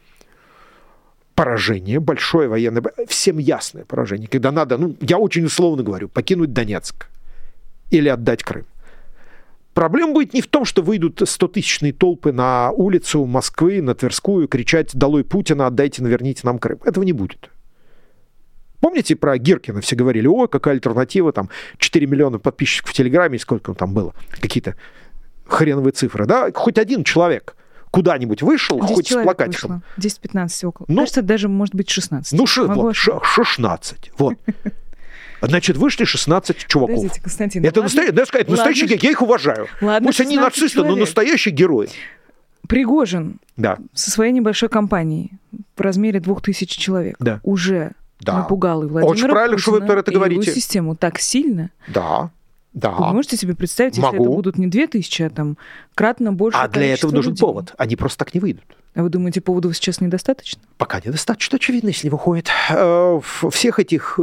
Поражение, большое военное, всем ясное поражение, когда надо, ну, я очень условно говорю, покинуть Донецк или отдать Крым. Проблема будет не в том, что выйдут стотысячные толпы на улицу Москвы, на Тверскую, кричать «Долой Путина, отдайте, наверните нам Крым». Этого не будет. Помните про Гиркина? Все говорили, ой, какая альтернатива, там четыре миллиона подписчиков в Телеграме, сколько он там было, какие-то хреновые цифры, да? Хоть один человек куда-нибудь вышел, хоть с плакатиком. десять-пятнадцать около. Ну, кажется, даже, может быть, шестнадцать. Ну, ши, вот, шестнадцать. Вот. Значит, вышли шестнадцать чуваков. Подождите, Константин. Это настоящие, надо сказать, настоящие герои. Я их уважаю. Ладно, пусть они нацисты, человек. Но настоящие герои. Пригожин да. со своей небольшой компанией в размере двух тысяч человек да. уже да. напугал и Владимира Очень правильно, Путина, что вы про это и говорите. его систему так сильно. Да. Да. Вы можете себе представить, если Могу. это будут не две тысячи, а там кратно больше А для этого нужен людей. повод. Они просто так не выйдут. А вы думаете, поводов сейчас недостаточно? Пока недостаточно, очевидно, если выходит. Всех этих,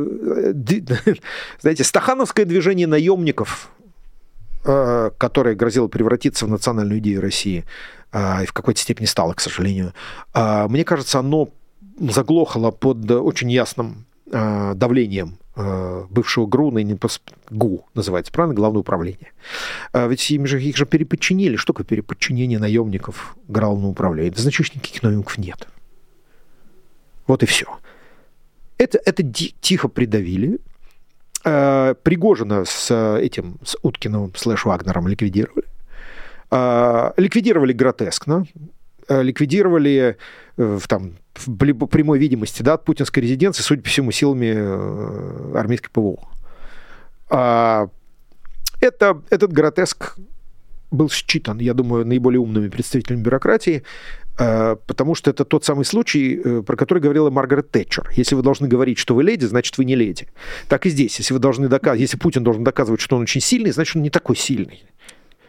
знаете, стахановское движение наемников, которое грозило превратиться в национальную идею России, и в какой-то степени стало, к сожалению, мне кажется, оно заглохло под очень ясным давлением бывшего ГРУ, ныне ГУ называется, правильно, Главное управление. Ведь им же, их же переподчинили. Что такое переподчинение наемников Главному управлению? Да, значит, никаких наемников нет. Вот и все. Это, это тихо придавили. Пригожина с этим, с Уткиным слэш Вагнером ликвидировали. Ликвидировали гротескно. Ликвидировали в, там, в прямой видимости да, от путинской резиденции, судя по всему, силами армейской ПВО. А, это, этот гротеск был считан, я думаю, наиболее умными представителями бюрократии, а, потому что это тот самый случай, про который говорила Маргарет Тэтчер. Если вы должны говорить, что вы леди, значит, вы не леди. Так и здесь. Если, вы должны доказ... Если Путин должен доказывать, что он очень сильный, значит, он не такой сильный.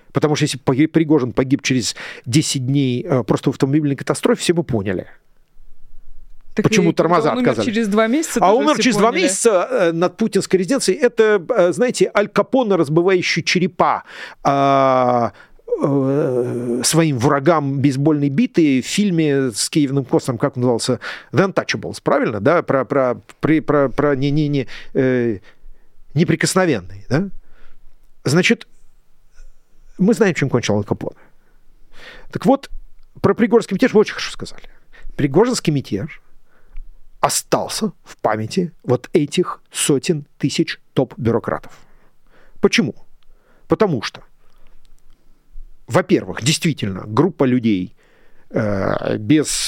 Потому что если Пригожин погиб через десять дней просто в автомобильной катастрофе, все бы поняли. Так почему тормоза он отказали. Умер через два месяца. А умер через поняли. два месяца над путинской резиденцией. Это, знаете, Аль Капоне, разбивающий черепа а, а, своим врагам бейсбольной битой в фильме с Кевином Костнером, как он назывался, The Untouchables, правильно? Да? Про, про, про, про, про не, не, не, э, неприкосновенный. Да? Значит, мы знаем, чем кончил Аль Капоне. Так вот, про Пригожинский мятеж вы очень хорошо сказали. Пригожинский мятеж остался в памяти вот этих сотен тысяч топ-бюрократов. Почему? Потому что, во-первых, действительно, группа людей э, без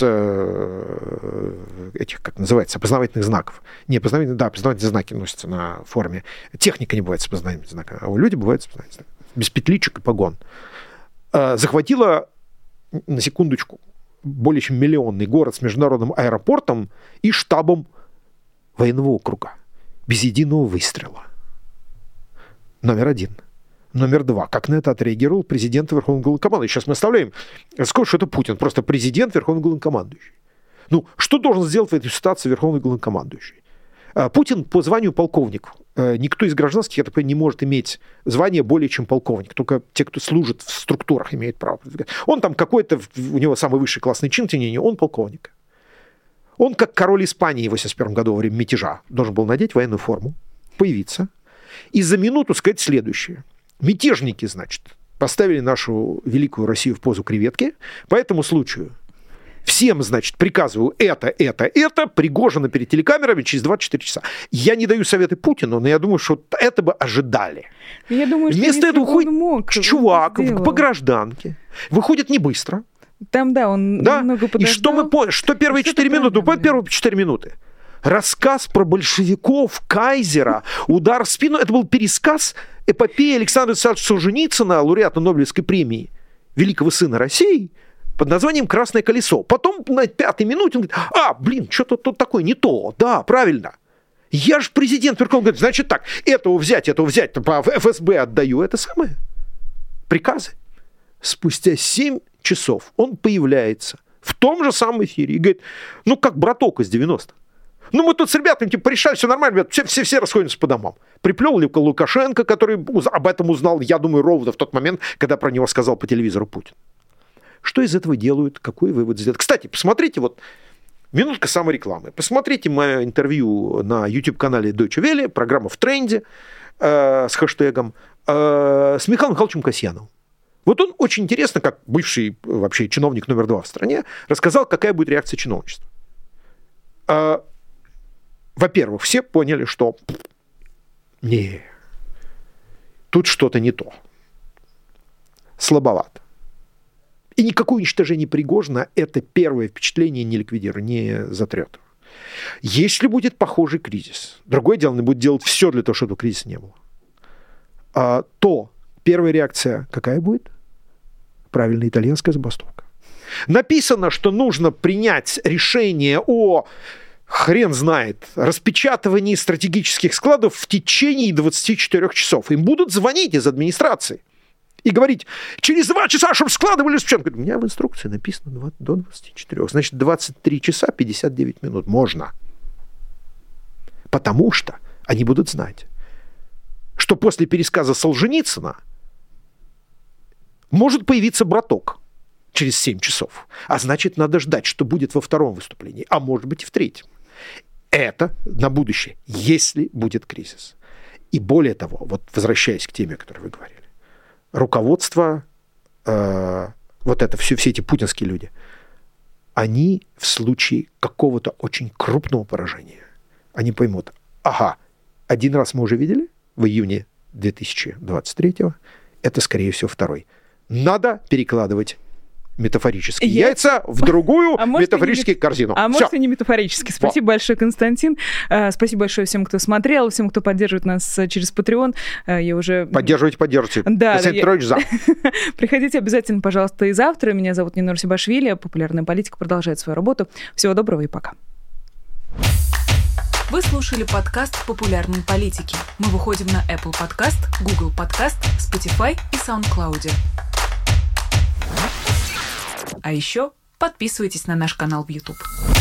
э, этих, как называется, опознавательных знаков. Не опознавательные, да, опознавательные знаки носятся на форме. Техника не бывает с опознавательными знаками, а у людей бывают с опознавательными знаками. Без петличек и погон. Э, захватила, на секундочку, более чем миллионный город с международным аэропортом и штабом военного округа. Без единого выстрела. Номер один. Номер два. Как на это отреагировал президент Верховного Главнокомандующего? Сейчас мы оставляем. Скажу, что это Путин. Просто президент Верховный Главнокомандующий. Ну, что должен сделать в этой ситуации Верховный Главнокомандующий? Путин по званию полковник. Никто из гражданских, я так понимаю, не может иметь звание более чем полковник. Только те, кто служит в структурах, имеют право. Он там какой-то, у него самый высший классный чин, тем не менее, он полковник. Он, как король Испании в восемьдесят первом году во время мятежа, должен был надеть военную форму, появиться и за минуту сказать следующее. Мятежники, значит, поставили нашу великую Россию в позу креветки. По этому случаю всем, значит, приказываю это, это, это, Пригожина перед телекамерами через двадцать четыре часа. Я не даю советы Путину, но я думаю, что это бы ожидали. Я думаю, что вместо этого уходит мог, чувак по гражданке. Выходит не быстро. Там, да, он да? немного подождал. И что мы поняли? Что первые четыре минуты? Ну, первые четыре минуты. Рассказ про большевиков, кайзера, удар в спину. Это был пересказ эпопеи Александра Александровича Солженицына, лауреата Нобелевской премии, великого сына России, под названием «Красное колесо». Потом на пятой минуте он говорит, а, блин, что-то тут такое не то. Да, правильно. Я же президент Верховного. Говорит, значит так, этого взять, этого взять, по эф эс бэ отдаю. Это самое. Приказы. Спустя семь часов он появляется в том же самом эфире и говорит, ну, как браток из девяностых. Ну, мы тут с ребятами типа порешали, все нормально, ребят, все, все, все расходимся по домам. Приплел ли Лукашенко, который об этом узнал, я думаю, ровно в тот момент, когда про него сказал по телевизору Путин. Что из этого делают, какой вывод сделают? Кстати, посмотрите, вот, минутка саморекламы. Посмотрите мое интервью на YouTube-канале Deutsche Welle, программа «В тренде» э, с хэштегом, э, с Михаилом Михайловичем Касьяновым. Вот он очень интересно, как бывший вообще чиновник номер два в стране, рассказал, какая будет реакция чиновничества. Э, Во-первых, все поняли, что не, тут что-то не то. Слабовато. И никакое уничтожение Пригожина это первое впечатление не ликвидирует, не затрет. Если будет похожий кризис, другое дело, он будет делать все для того, чтобы кризиса не было, а, то первая реакция какая будет? Правильно, итальянская забастовка. Написано, что нужно принять решение о... хрен знает, распечатывание стратегических складов в течение двадцати четырёх часов. Им будут звонить из администрации и говорить, через два часа, чтобы складывали распечатку. У меня в инструкции написано до двадцати четырёх. Значит, двадцать три часа пятьдесят девять минут. Можно. Потому что они будут знать, что после пересказа Солженицына может появиться браток через семь часов. А значит, надо ждать, что будет во втором выступлении, а может быть и в третьем. Это на будущее, если будет кризис. И более того, вот возвращаясь к теме, о которой вы говорили, руководство, э, вот это, все, все эти путинские люди, они в случае какого-то очень крупного поражения, они поймут, ага, один раз мы уже видели в июне две тысячи двадцать третьего, это, скорее всего, второй. Надо перекладывать метафорические Я... яйца в другую а метафорическую не... корзину. А Всё. Может, и не метафорически. Спасибо Во. большое, Константин. Спасибо большое всем, кто смотрел, всем, кто поддерживает нас через Patreon. Я уже... Поддерживайте, поддерживайте. Да, Константин я... Петрович за. Приходите обязательно, пожалуйста, и завтра. Меня зовут Нина Урсибашвили. Популярная политика продолжает свою работу. Всего доброго и пока. Вы слушали подкаст «Популярные политики». Мы выходим на Apple Podcast, Google Podcast, Spotify и SoundCloud. А еще подписывайтесь на наш канал в YouTube.